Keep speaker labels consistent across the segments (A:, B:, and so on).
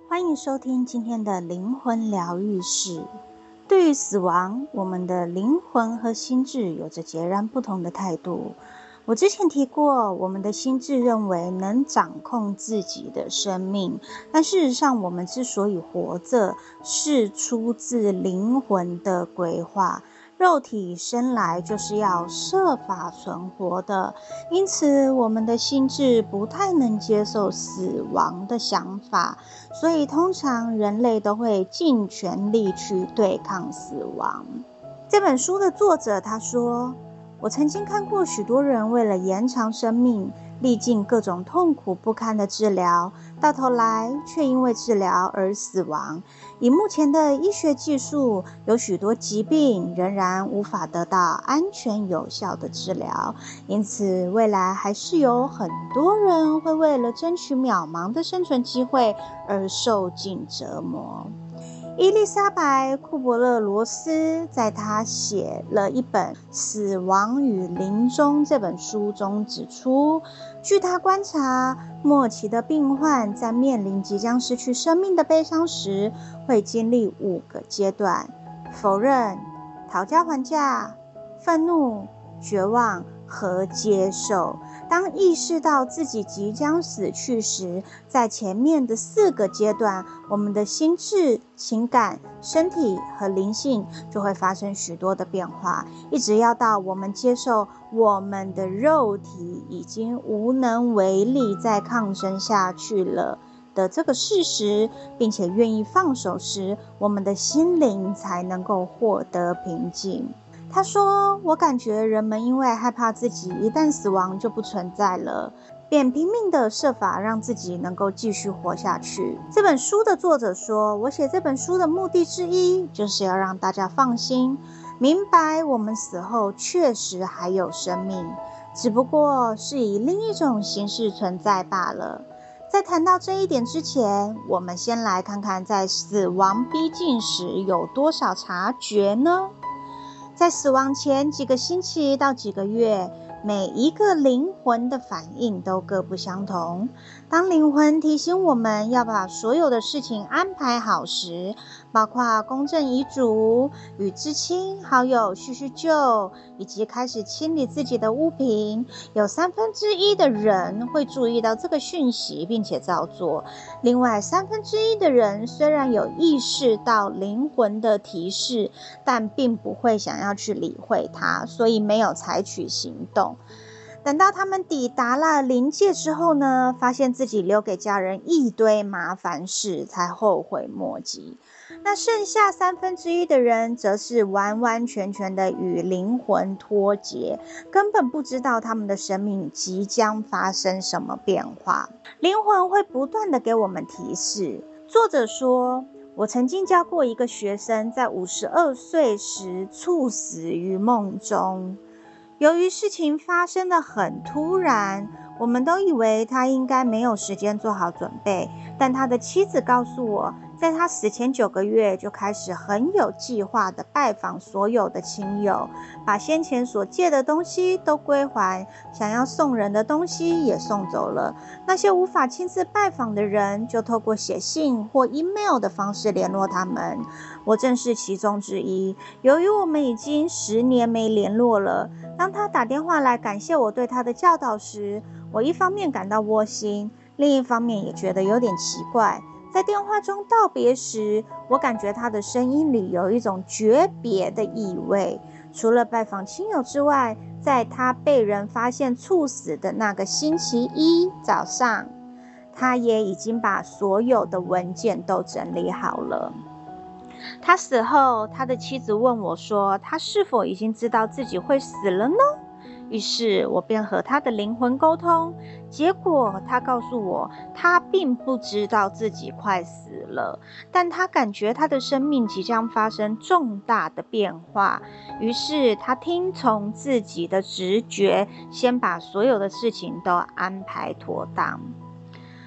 A: 欢迎收听今天的灵魂疗愈室。对于死亡，我们的灵魂和心智有着截然不同的态度。我之前提过，我们的心智认为能掌控自己的生命，但事实上，我们之所以活着，是出自灵魂的规划。肉体生来就是要设法存活的，因此我们的心智不太能接受死亡的想法，所以通常人类都会尽全力去对抗死亡。这本书的作者他说，我曾经看过许多人为了延长生命，历尽各种痛苦不堪的治疗，到头来却因为治疗而死亡。以目前的医学技术，有许多疾病仍然无法得到安全有效的治疗，因此未来还是有很多人会为了争取渺茫的生存机会而受尽折磨。伊丽莎白·库伯勒罗斯在他写了一本《死亡与临终》这本书中指出，据他观察，末期的病患在面临即将失去生命的悲伤时，会经历5个阶段：否认、讨价还价、愤怒、绝望和接受。当意识到自己即将死去时，在前面的4个阶段，我们的心智、情感、身体和灵性就会发生许多的变化，一直要到我们接受我们的肉体已经无能为力再抗争下去了的这个事实，并且愿意放手时，我们的心灵才能够获得平静。他说，我感觉人们因为害怕自己一旦死亡就不存在了，便拼命地设法让自己能够继续活下去。这本书的作者说，我写这本书的目的之一，就是要让大家放心，明白我们死后确实还有生命，只不过是以另一种形式存在罢了。在谈到这一点之前，我们先来看看在死亡逼近时有多少察觉呢？在死亡前几个星期到几个月，每一个灵魂的反应都各不相同。当灵魂提醒我们要把所有的事情安排好时，包括公证遗嘱、与至亲好友叙叙旧，以及开始清理自己的物品，有1/3的人会注意到这个讯息并且照做。另外1/3的人虽然有意识到灵魂的提示，但并不会想要去理会它，所以没有采取行动。等到他们抵达了临界之后呢，发现自己留给家人一堆麻烦事，才后悔莫及。那剩下1/3的人则是完完全全的与灵魂脱节，根本不知道他们的生命即将发生什么变化。灵魂会不断的给我们提示。作者说，我曾经教过一个学生，在52岁时猝死于梦中。由于事情发生得很突然，我们都以为他应该没有时间做好准备，但他的妻子告诉我，在他死前9个月就开始很有计划地拜访所有的亲友，把先前所借的东西都归还，想要送人的东西也送走了。那些无法亲自拜访的人，就透过写信或 email 的方式联络他们。我正是其中之一。由于我们已经10年没联络了，当他打电话来感谢我对他的教导时，我一方面感到窝心，另一方面也觉得有点奇怪。在电话中道别时，我感觉他的声音里有一种诀别的意味。除了拜访亲友之外，在他被人发现猝死的那个星期一早上，他也已经把所有的文件都整理好了。他死后，他的妻子问我说，他是否已经知道自己会死了呢？于是我便和他的灵魂沟通，结果他告诉我，他并不知道自己快死了，但他感觉他的生命即将发生重大的变化。于是他听从自己的直觉，先把所有的事情都安排妥当。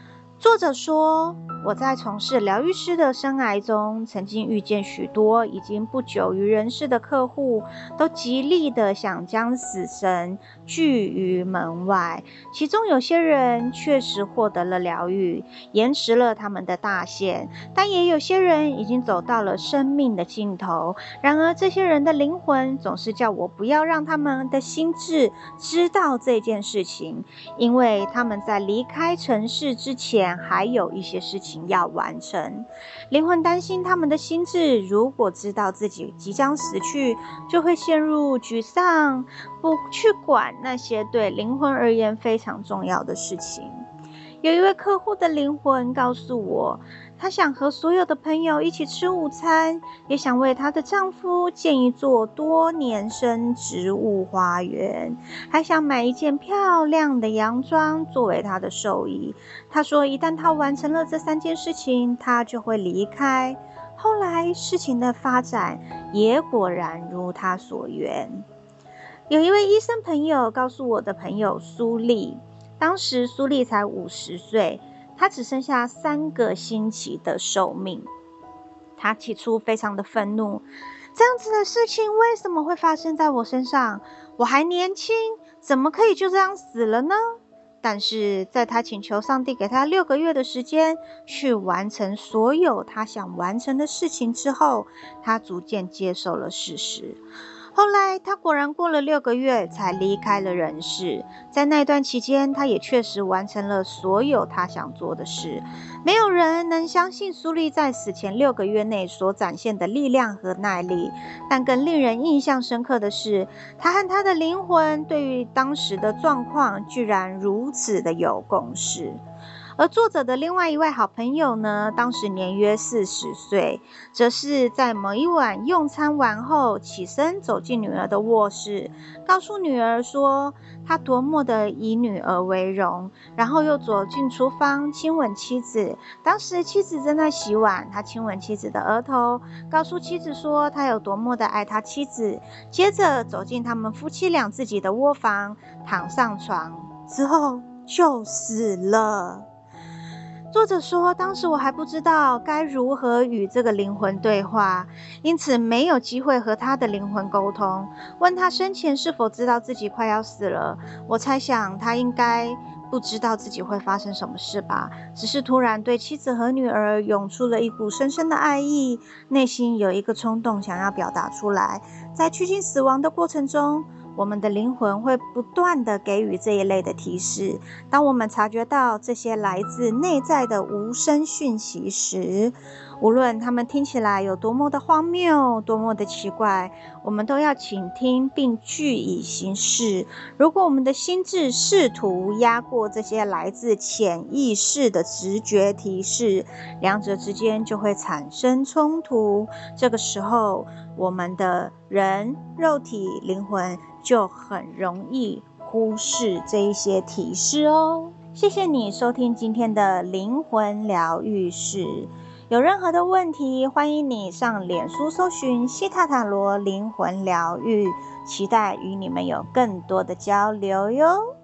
A: 作者说，我在从事疗愈师的生涯中，曾经遇见许多已经不久于人世的客户，都极力的想将死神拒于门外。其中有些人确实获得了疗愈，延迟了他们的大限，但也有些人已经走到了生命的尽头。然而这些人的灵魂总是叫我不要让他们的心智知道这件事情，因为他们在离开尘世之前还有一些事情要完成。灵魂担心他们的心智如果知道自己即将死去，就会陷入沮丧，不去管那些对灵魂而言非常重要的事情。有一位客户的灵魂告诉我，她想和所有的朋友一起吃午餐，也想为她的丈夫建一座多年生植物花园，还想买一件漂亮的洋装作为她的寿衣。她说一旦她完成了这3件事情，她就会离开。后来事情的发展也果然如她所愿。有一位医生朋友告诉我的朋友苏丽，当时苏丽才50岁，她只剩下3个星期的寿命。她起初非常的愤怒，这样子的事情为什么会发生在我身上？我还年轻，怎么可以就这样死了呢？但是在她请求上帝给她6个月的时间去完成所有她想完成的事情之后，她逐渐接受了事实。后来他果然过了6个月才离开了人世，在那段期间他也确实完成了所有他想做的事。没有人能相信苏丽在死前6个月内所展现的力量和耐力，但更令人印象深刻的是，他和他的灵魂对于当时的状况居然如此的有共识。而作者的另外一位好朋友呢，当时年约40岁，则是在某一晚用餐完后起身走进女儿的卧室，告诉女儿说他多么的以女儿为荣，然后又走进厨房亲吻妻子。当时妻子正在洗碗，他亲吻妻子的额头，告诉妻子说他有多么的爱他妻子，接着走进他们夫妻俩自己的窝房，躺上床之后就死了。作者说，当时我还不知道该如何与这个灵魂对话，因此没有机会和他的灵魂沟通，问他生前是否知道自己快要死了。我猜想他应该不知道自己会发生什么事吧，只是突然对妻子和女儿涌出了一股深深的爱意，内心有一个冲动想要表达出来。在趋近死亡的过程中，我们的灵魂会不断地给予这一类的提示。当我们察觉到这些来自内在的无声讯息时，无论它们听起来有多么的荒谬，多么的奇怪，我们都要倾听并据以行事。如果我们的心智试图压过这些来自潜意识的直觉提示，两者之间就会产生冲突。这个时候，我们的人、肉体、灵魂就很容易忽视这一些提示哦。谢谢你收听今天的灵魂疗愈室。有任何的问题，欢迎你上脸书搜寻西塔塔罗灵魂疗愈，期待与你们有更多的交流哟。